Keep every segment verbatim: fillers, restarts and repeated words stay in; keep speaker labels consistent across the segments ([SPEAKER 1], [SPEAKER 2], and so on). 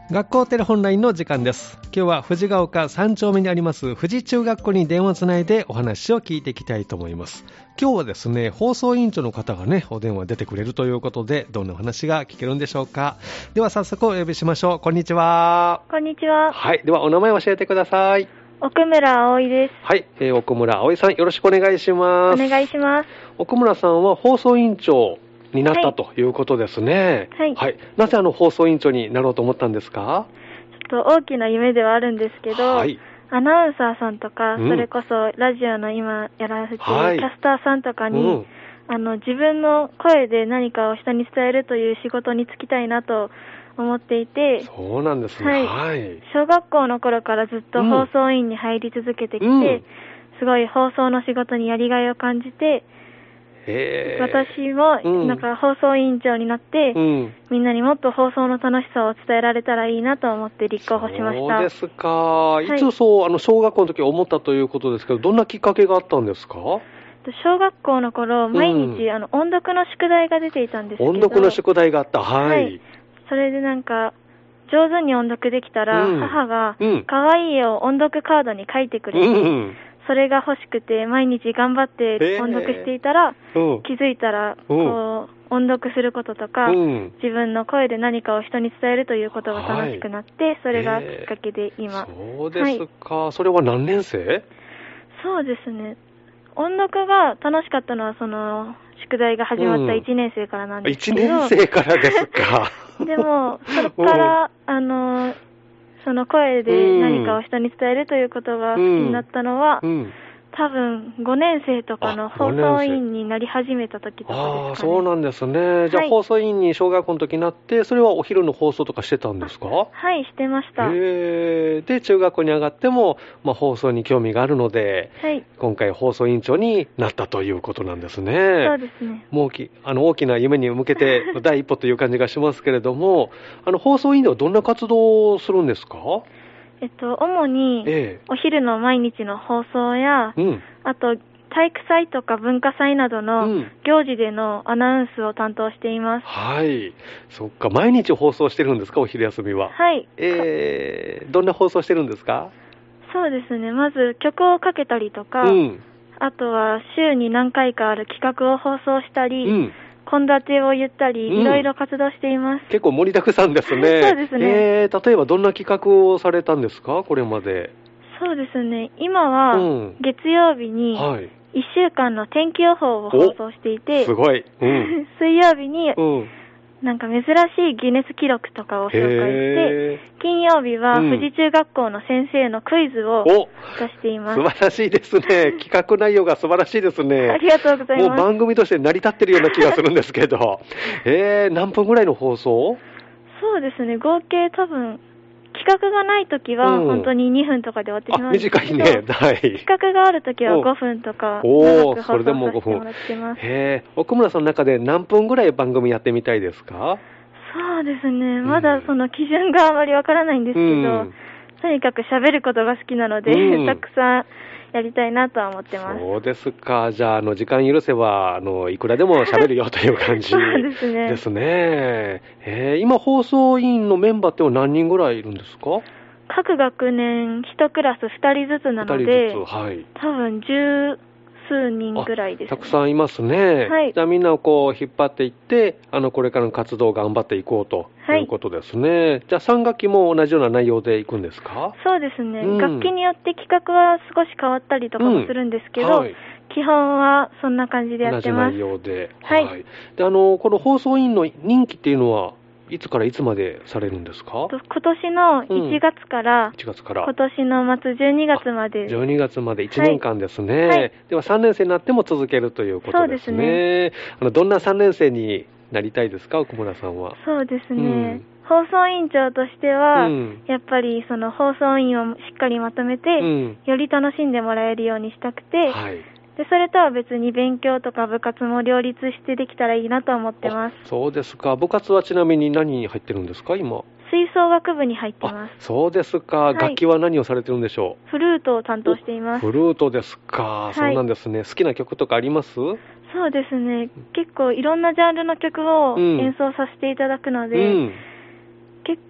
[SPEAKER 1] 学校テレホンラインの時間です。今日は藤ヶ丘さん丁目にあります富士中学校に電話をつないでお話を聞いていきたいと思います。今日はですね、放送委員長の方がね、お電話出てくれるということで、どんなお話が聞けるんでしょうか。では早速お呼びしましょう。こんにちは。
[SPEAKER 2] こんにちは。
[SPEAKER 1] はい、ではお名前を教えてください。
[SPEAKER 2] 奥村葵です。
[SPEAKER 1] はい、えー、奥村葵さん、よろしくお願いします。
[SPEAKER 2] お願いします。
[SPEAKER 1] 奥村さんは放送委員長になった、はい、ということですね。
[SPEAKER 2] はい、
[SPEAKER 1] はい。なぜあの放送委員長になろうと思ったんですか？
[SPEAKER 2] ちょっと大きな夢ではあるんですけど、はい、アナウンサーさんとか、うん、それこそラジオの今やらせているキャスターさんとかに、はい、うん、あの自分の声で何かを人に伝えるという仕事に就きたいなと思っていて。
[SPEAKER 1] そうなんですね。
[SPEAKER 2] はい。はい、小学校の頃からずっと放送委員に入り続けてきて、うん、すごい放送の仕事にやりがいを感じて、私もなんか放送委員長になって、うん、みんなにもっと放送の楽しさを伝えられたらいいなと思って立候補しました。
[SPEAKER 1] そうですか。いつそう、はい、あの小学校の時思ったということですけど、どんなきっかけがあったんですか？
[SPEAKER 2] 小学校の頃、毎日、うん、あの音読の宿題が出ていたんですけど。
[SPEAKER 1] 音読の宿題があった。はい。はい、
[SPEAKER 2] それでなんか上手に音読できたら、うん、母が可愛い絵を音読カードに書いてくれて。うん、それが欲しくて毎日頑張って音読していたら、うん、気づいたらこう音読することとか、うん、自分の声で何かを人に伝えるということが楽しくなって、はい、それがきっかけで今。
[SPEAKER 1] そうですか、はい、それは何年生？
[SPEAKER 2] そうですね、音読が楽しかったのはその宿題が始まったいちねん生からなんですけど、
[SPEAKER 1] うん、いちねん生からですか。
[SPEAKER 2] でもそこから、うん、あのその声で何かを人に伝えるということが好きになったのは、うんうん、多分ごねん生とかの放送委員になり始めた時とかですかね。
[SPEAKER 1] ああ、そうなんですね。じゃあ、はい、放送委員に小学校の時になって、それはお昼の放送とかしてたんですか？
[SPEAKER 2] はい、してました。
[SPEAKER 1] へー。で、中学校に上がっても、まあ、放送に興味があるので、はい、今回放送委員長になったということなんですね。
[SPEAKER 2] そうですね。
[SPEAKER 1] もうきあの大きな夢に向けて第一歩という感じがしますけれども、あの放送委員ではどんな活動をするんですか？
[SPEAKER 2] えっと、主にお昼の毎日の放送や、ええ、あと体育祭とか文化祭などの行事でのアナウンスを担当しています。
[SPEAKER 1] うん、はい。そっか、毎日放送してるんですか、お昼休みは？
[SPEAKER 2] はい。
[SPEAKER 1] えー、どんな放送してるんですか？
[SPEAKER 2] そうですね、まず曲をかけたりとか、うん、あとは週に何回かある企画を放送したり、うん献立を言ったり、いろいろ活動しています。
[SPEAKER 1] 結構盛りだくさんですね。
[SPEAKER 2] そうですね。
[SPEAKER 1] えー、例えばどんな企画をされたんですか、これまで？
[SPEAKER 2] そうですね。今は月曜日にいっしゅうかんの天気予報を放送していて、
[SPEAKER 1] すごい。うん、
[SPEAKER 2] 水曜日に、うんなんか珍しいギネス記録とかを紹介して、金曜日は富士中学校の先生のクイズを出しています。
[SPEAKER 1] 素晴らしいですね。企画内容が素晴らしいですね。
[SPEAKER 2] ありがとうございます。
[SPEAKER 1] もう番組として成り立ってるような気がするんですけど。えー、何分ぐらいの放送？
[SPEAKER 2] そうですね、合計多分、企画がないときは本当ににふんとかで終わってしまうんですけど、
[SPEAKER 1] うん、短いね。はい。
[SPEAKER 2] 企画があるときはごふんとか長く放送させてもらってます。
[SPEAKER 1] へー。奥村さんの中で何分ぐらい番組やってみたいですか？
[SPEAKER 2] そうですね、まだその基準があまりわからないんですけど、うん、とにかく喋ることが好きなので、うん、たくさんやりたいなとは思ってます。
[SPEAKER 1] そうですか。じゃあ、あの時間許せばあのいくらでも喋るよという感じ
[SPEAKER 2] そうですね。
[SPEAKER 1] ですね。えー、今放送委員のメンバーっては何人ぐらいいるんですか？
[SPEAKER 2] 各学年いちクラスふたりずつなので、ふたりずつ、はい、多分十数人ぐらいです、ね、
[SPEAKER 1] たくさんいますね。はい、じゃあみんなをこう引っ張っていってあのこれからの活動を頑張っていこうということですね。はい、じゃあさん学期も同じような内容でいくんですか？
[SPEAKER 2] そうですね、うん、学期によって企画は少し変わったりとかもするんですけど、うんはい、基本はそんな感じでやってます。
[SPEAKER 1] 同じ内容で、
[SPEAKER 2] はいはい、
[SPEAKER 1] であのこの放送委員の任期っていうのはいつからいつまでされるんですか？
[SPEAKER 2] 今年のいちがつから、うん、いちがつから今年の末じゅうにがつまで。
[SPEAKER 1] じゅうにがつまでいちねんかんですね。はいはい、ではさんねん生になっても続けるということですね。そうですね。あのどんなさんねん生になりたいですか、奥村さんは？
[SPEAKER 2] そうですね。うん、放送委員長としては、うん、やっぱりその放送委員をしっかりまとめて、うん、より楽しんでもらえるようにしたくて、はい、でそれとは別に勉強とか部活も両立してできたらいいなと思ってます。
[SPEAKER 1] そうですか。部活はちなみに何に入ってるんですか、今？
[SPEAKER 2] 吹奏楽部に入ってます。
[SPEAKER 1] そうですか、はい、楽器は何をされてるんでしょ
[SPEAKER 2] う？フルートを担当しています。
[SPEAKER 1] フルートですか、はい、そうなんですね。好きな曲とかあります？
[SPEAKER 2] そうですね、結構いろんなジャンルの曲を演奏させていただくので、うん、結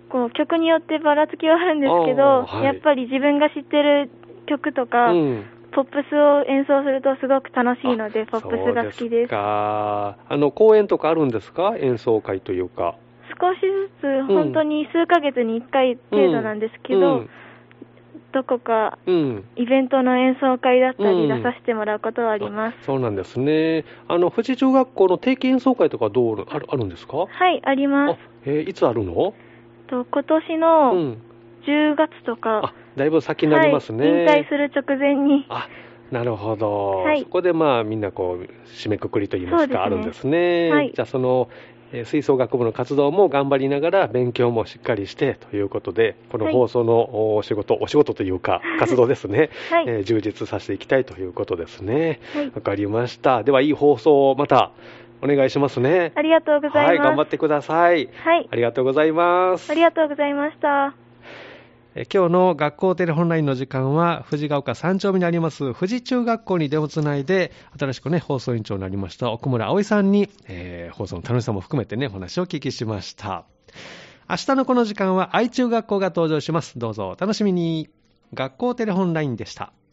[SPEAKER 2] こう曲によってばらつきはあるんですけど、はい、やっぱり自分が知ってる曲とか、うん、ポップスを演奏するとすごく楽しいので、ポップスが好きです。そうですか。
[SPEAKER 1] あの公演とかあるんですか？演奏会というか。
[SPEAKER 2] 少しずつ、本当に数ヶ月にいっかい程度なんですけど、うんうん、どこかイベントの演奏会だったり出させてもらうことはあります。
[SPEAKER 1] うん、そうなんですね。あの富士中学校の定期演奏会とかどうある、あるんですか？
[SPEAKER 2] はい、あります。
[SPEAKER 1] えー、いつあるの？
[SPEAKER 2] と今年のじゅうがつとか、うん、
[SPEAKER 1] あ、だいぶ先になりますね。
[SPEAKER 2] はい、引退する直前に。
[SPEAKER 1] あ、なるほど、はい、そこでまあみんなこう締めくくりといいますか、ね、あるんですね。はい、じゃあそのえー、吹奏楽部の活動も頑張りながら勉強もしっかりしてということで、この放送のお仕事、はい、お仕事というか活動ですね、はい、えー、充実させていきたいということですね。わ、はい、かりました。ではいい放送をまたお願いしますね。
[SPEAKER 2] ありがとうございます。はい、
[SPEAKER 1] 頑張ってください。
[SPEAKER 2] はい、
[SPEAKER 1] ありがとうございます。
[SPEAKER 2] ありがとうございました。
[SPEAKER 1] 今日の学校テレホンラインの時間は藤ヶ丘三丁目にあります富士中学校に電話をつないで新しくね放送委員長になりました奥村葵さんに、えー、放送の楽しさも含めてねお話をお聞きしました。明日のこの時間は愛中学校が登場します。どうぞお楽しみに。学校テレホンラインでした。